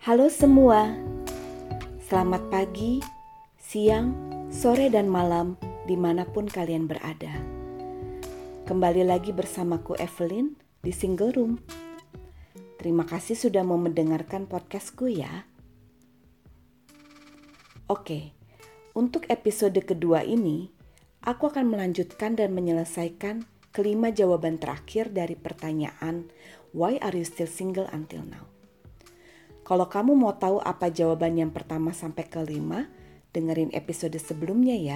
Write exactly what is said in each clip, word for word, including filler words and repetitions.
Halo semua, selamat pagi, siang, sore dan malam dimanapun kalian berada. Kembali lagi bersamaku Evelyn di Single Room. Terima kasih sudah mau mendengarkan podcastku ya. Oke, untuk episode kedua ini, aku akan melanjutkan dan menyelesaikan kelima jawaban terakhir dari pertanyaan Why are you still single until now? Kalau kamu mau tahu apa jawaban yang pertama sampai kelima, dengerin episode sebelumnya ya.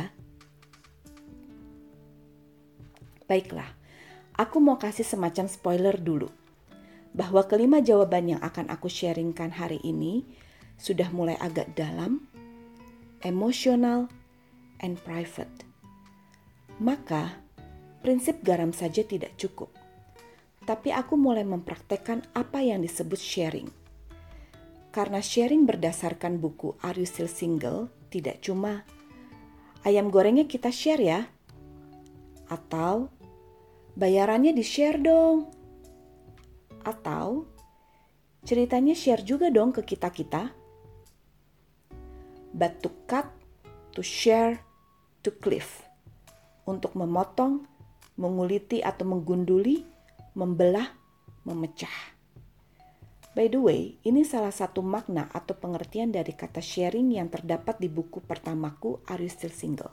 Baiklah, aku mau kasih semacam spoiler dulu. Bahwa kelima jawaban yang akan aku sharingkan hari ini sudah mulai agak dalam, emosional, and private. Maka, prinsip garam saja tidak cukup. Tapi aku mulai mempraktekkan apa yang disebut sharing. Karena sharing berdasarkan buku Are You Still Single tidak cuma ayam gorengnya kita share ya, atau bayarannya di-share dong, atau ceritanya share juga dong ke kita-kita. But to cut, to share, to cleave. Untuk memotong, menguliti atau menggunduli, membelah, memecah. By the way, ini salah satu makna atau pengertian dari kata sharing yang terdapat di buku pertamaku Are You Still Single?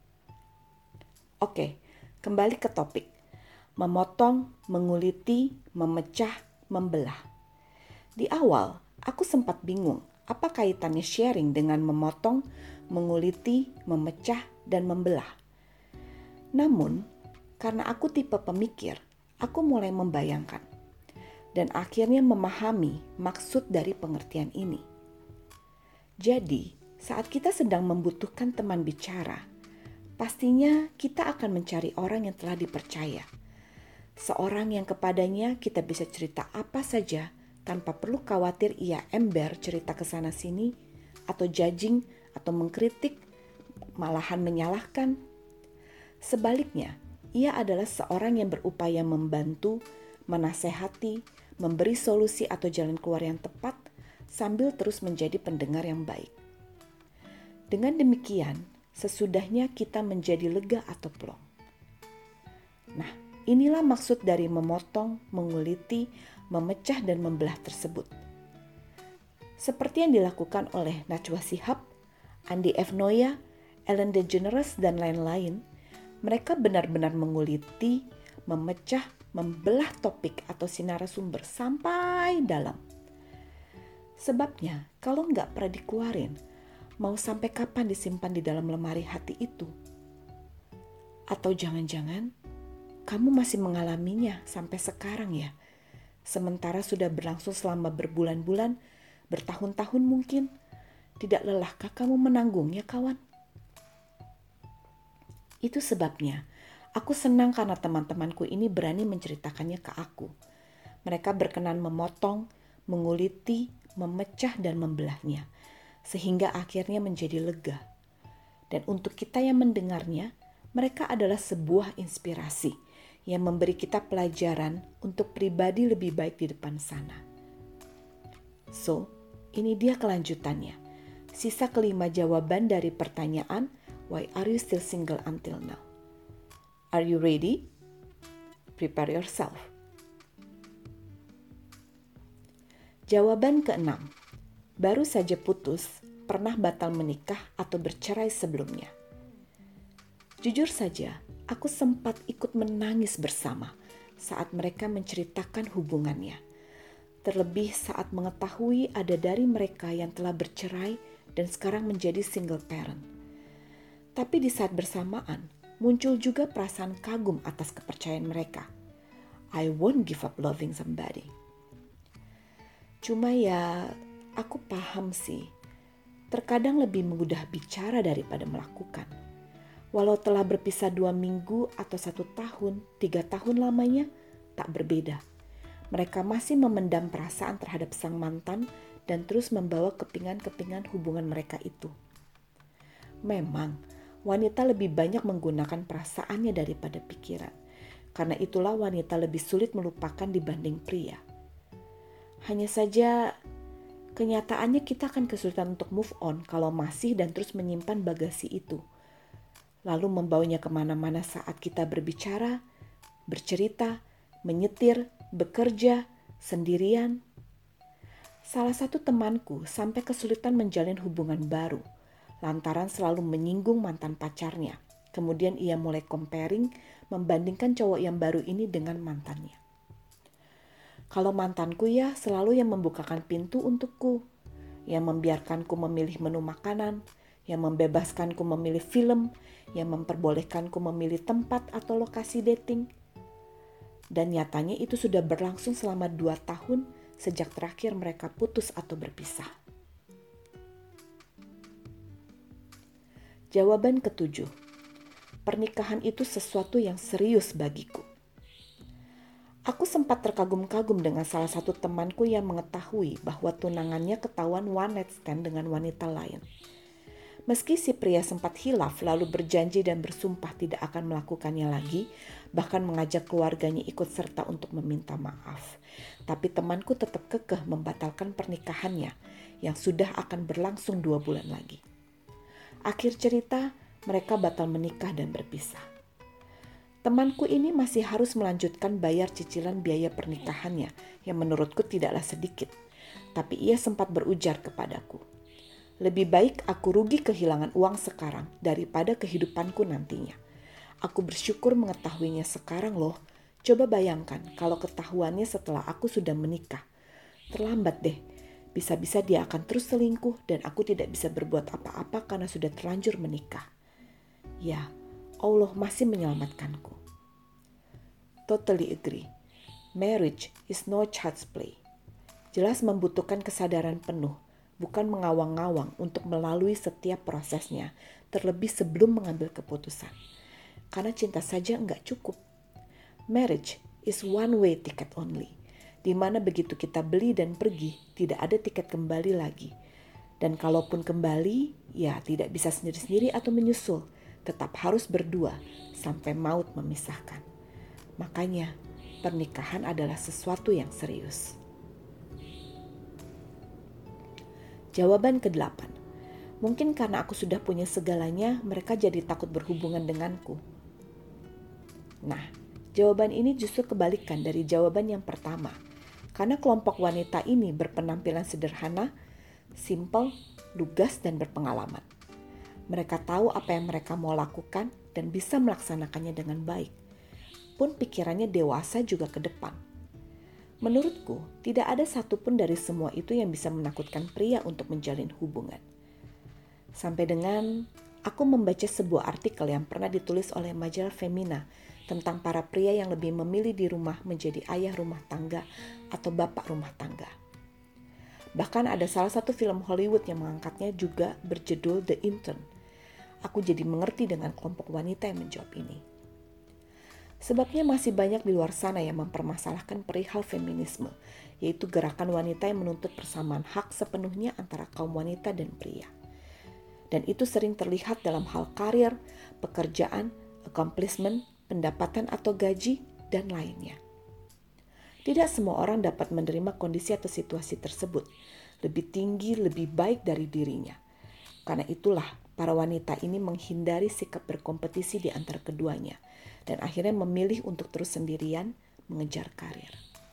Oke, kembali ke topik. Memotong, menguliti, memecah, membelah. Di awal, aku sempat bingung apa kaitannya sharing dengan memotong, menguliti, memecah, dan membelah. Namun, karena aku tipe pemikir, aku mulai membayangkan dan akhirnya memahami maksud dari pengertian ini. Jadi, saat kita sedang membutuhkan teman bicara, pastinya kita akan mencari orang yang telah dipercaya. Seorang yang kepadanya kita bisa cerita apa saja tanpa perlu khawatir ia ember cerita ke sana sini atau judging atau mengkritik, malahan menyalahkan. Sebaliknya, ia adalah seorang yang berupaya membantu, menasehati, memberi solusi atau jalan keluar yang tepat sambil terus menjadi pendengar yang baik. Dengan demikian, sesudahnya kita menjadi lega atau plong. Nah, inilah maksud dari memotong, menguliti, memecah dan membelah tersebut. Seperti yang dilakukan oleh Najwa Shihab, Andi F. Noya, Ellen DeGeneres dan lain-lain, mereka benar-benar menguliti, memecah, membelah topik atau si narasumber sampai dalam. Sebabnya, kalau nggak pernah dikeluarin, mau sampai kapan disimpan di dalam lemari hati itu? Atau jangan-jangan, kamu masih mengalaminya sampai sekarang ya? Sementara sudah berlangsung selama berbulan-bulan, bertahun-tahun mungkin. Tidak lelahkah kamu menanggungnya, kawan? Itu sebabnya, aku senang karena teman-temanku ini berani menceritakannya ke aku. Mereka berkenan memotong, menguliti, memecah dan membelahnya, sehingga akhirnya menjadi lega. Dan untuk kita yang mendengarnya, mereka adalah sebuah inspirasi yang memberi kita pelajaran untuk pribadi lebih baik di depan sana. So, ini dia kelanjutannya. Sisa kelima jawaban dari pertanyaan, Why are you still single until now? Are you ready? Prepare yourself. Jawaban keenam. Baru saja putus, pernah batal menikah atau bercerai sebelumnya. Jujur saja, aku sempat ikut menangis bersama saat mereka menceritakan hubungannya. Terlebih saat mengetahui ada dari mereka yang telah bercerai dan sekarang menjadi single parent. Tapi di saat bersamaan, muncul juga perasaan kagum atas kepercayaan mereka. I won't give up loving somebody. Cuma ya, aku paham sih. Terkadang lebih mudah bicara daripada melakukan. Walau telah berpisah dua minggu atau satu tahun, tiga tahun lamanya, tak berbeda. Mereka masih memendam perasaan terhadap sang mantan dan terus membawa kepingan-kepingan hubungan mereka itu. Memang, wanita lebih banyak menggunakan perasaannya daripada pikiran. Karena itulah wanita lebih sulit melupakan dibanding pria. Hanya saja kenyataannya kita akan kesulitan untuk move on kalau masih dan terus menyimpan bagasi itu. Lalu membawanya kemana-mana saat kita berbicara, bercerita, menyetir, bekerja, sendirian. Salah satu temanku sampai kesulitan menjalin hubungan baru, lantaran selalu menyinggung mantan pacarnya. Kemudian ia mulai comparing, membandingkan cowok yang baru ini dengan mantannya. Kalau mantanku ya selalu yang membukakan pintu untukku, yang membiarkanku memilih menu makanan, yang membebaskanku memilih film, yang memperbolehkanku memilih tempat atau lokasi dating. Dan nyatanya itu sudah berlangsung selama dua tahun sejak terakhir mereka putus atau berpisah. Jawaban ketujuh, pernikahan itu sesuatu yang serius bagiku. Aku sempat terkagum-kagum dengan salah satu temanku yang mengetahui bahwa tunangannya ketahuan one night stand dengan wanita lain. Meski si pria sempat hilaf lalu berjanji dan bersumpah tidak akan melakukannya lagi, bahkan mengajak keluarganya ikut serta untuk meminta maaf. Tapi temanku tetap kekeh membatalkan pernikahannya yang sudah akan berlangsung dua bulan lagi. Akhir cerita, mereka batal menikah dan berpisah. Temanku ini masih harus melanjutkan bayar cicilan biaya pernikahannya yang menurutku tidaklah sedikit. Tapi ia sempat berujar kepadaku, lebih baik aku rugi kehilangan uang sekarang daripada kehidupanku nantinya. Aku bersyukur mengetahuinya sekarang loh. Coba bayangkan kalau ketahuannya setelah aku sudah menikah. Terlambat deh. Bisa-bisa dia akan terus selingkuh dan aku tidak bisa berbuat apa-apa karena sudah terlanjur menikah. Ya, Allah masih menyelamatkanku. Totally agree. Marriage is no child's play. Jelas membutuhkan kesadaran penuh, bukan mengawang-awang untuk melalui setiap prosesnya, terlebih sebelum mengambil keputusan. Karena cinta saja enggak cukup. Marriage is one way ticket only, di mana begitu kita beli dan pergi, tidak ada tiket kembali lagi. Dan kalaupun kembali, ya tidak bisa sendiri-sendiri atau menyusul, tetap harus berdua sampai maut memisahkan. Makanya, pernikahan adalah sesuatu yang serius. Jawaban kedelapan, mungkin karena aku sudah punya segalanya, mereka jadi takut berhubungan denganku. Nah, jawaban ini justru kebalikan dari jawaban yang pertama. Karena kelompok wanita ini berpenampilan sederhana, simple, lugas, dan berpengalaman. Mereka tahu apa yang mereka mau lakukan dan bisa melaksanakannya dengan baik. Pun pikirannya dewasa juga ke depan. Menurutku, tidak ada satupun dari semua itu yang bisa menakutkan pria untuk menjalin hubungan. Sampai dengan aku membaca sebuah artikel yang pernah ditulis oleh majalah Femina tentang para pria yang lebih memilih di rumah menjadi ayah rumah tangga atau bapak rumah tangga. Bahkan ada salah satu film Hollywood yang mengangkatnya juga berjudul The Intern. Aku jadi mengerti dengan kelompok wanita yang menjawab ini. Sebabnya masih banyak di luar sana yang mempermasalahkan perihal feminisme, yaitu gerakan wanita yang menuntut persamaan hak sepenuhnya antara kaum wanita dan pria. Dan itu sering terlihat dalam hal karir, pekerjaan, accomplishment, pendapatan atau gaji, dan lainnya. Tidak semua orang dapat menerima kondisi atau situasi tersebut, lebih tinggi, lebih baik dari dirinya. Karena itulah, para wanita ini menghindari sikap berkompetisi di antara keduanya, dan akhirnya memilih untuk terus sendirian mengejar karir.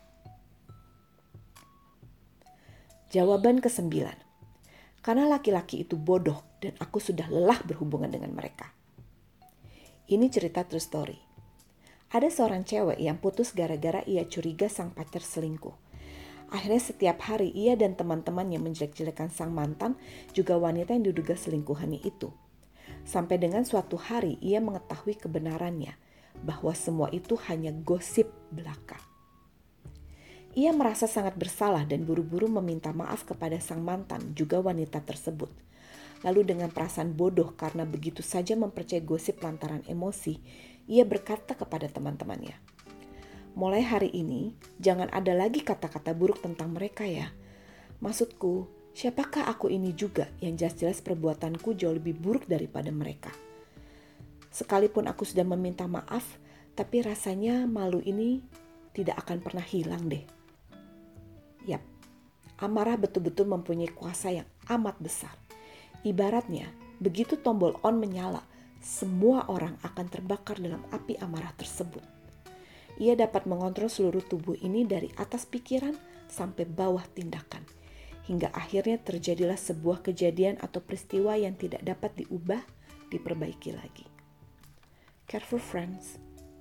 Jawaban kesembilan, karena laki-laki itu bodoh dan aku sudah lelah berhubungan dengan mereka. Ini cerita true story. Ada seorang cewek yang putus gara-gara ia curiga sang pacar selingkuh. Akhirnya setiap hari ia dan teman-temannya menjelek-jelekan sang mantan, juga wanita yang diduga selingkuhannya itu. Sampai dengan suatu hari ia mengetahui kebenarannya, bahwa semua itu hanya gosip belaka. Ia merasa sangat bersalah dan buru-buru meminta maaf kepada sang mantan, juga wanita tersebut. Lalu dengan perasaan bodoh karena begitu saja mempercayai gosip lantaran emosi, ia berkata kepada teman-temannya, mulai hari ini, jangan ada lagi kata-kata buruk tentang mereka ya. Maksudku, siapakah aku ini juga yang jelas-jelas perbuatanku jauh lebih buruk daripada mereka. Sekalipun aku sudah meminta maaf, tapi rasanya malu ini tidak akan pernah hilang deh. Yap, Amarah betul-betul mempunyai kuasa yang amat besar. Ibaratnya, begitu tombol on menyala, semua orang akan terbakar dalam api amarah tersebut. Ia dapat mengontrol seluruh tubuh ini dari atas pikiran sampai bawah tindakan. Hingga akhirnya terjadilah sebuah kejadian atau peristiwa yang tidak dapat diubah, diperbaiki lagi. Careful friends.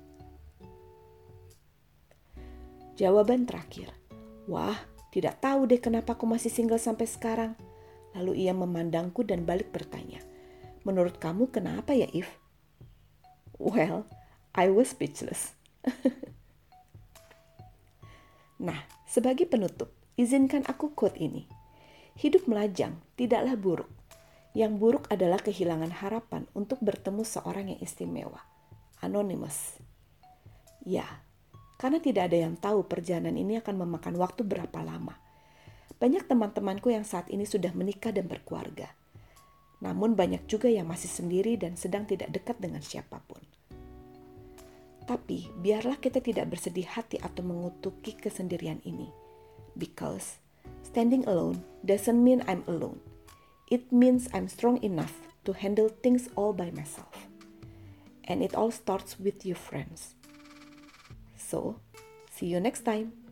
Jawaban terakhir. Wah, tidak tahu deh kenapa aku masih single sampai sekarang. Lalu ia memandangku dan balik bertanya, menurut kamu kenapa ya, If? Well, I was speechless. Nah, sebagai penutup, izinkan aku quote ini. Hidup melajang tidaklah buruk. Yang buruk adalah kehilangan harapan untuk bertemu seorang yang istimewa. Anonymous. Ya, karena tidak ada yang tahu perjalanan ini akan memakan waktu berapa lama. Banyak teman-temanku yang saat ini sudah menikah dan berkeluarga. Namun banyak juga yang masih sendiri dan sedang tidak dekat dengan siapapun. Tapi biarlah kita tidak bersedih hati atau mengutuki kesendirian ini. Because standing alone doesn't mean I'm alone. It means I'm strong enough to handle things all by myself. And it all starts with you, friends. So, see you next time.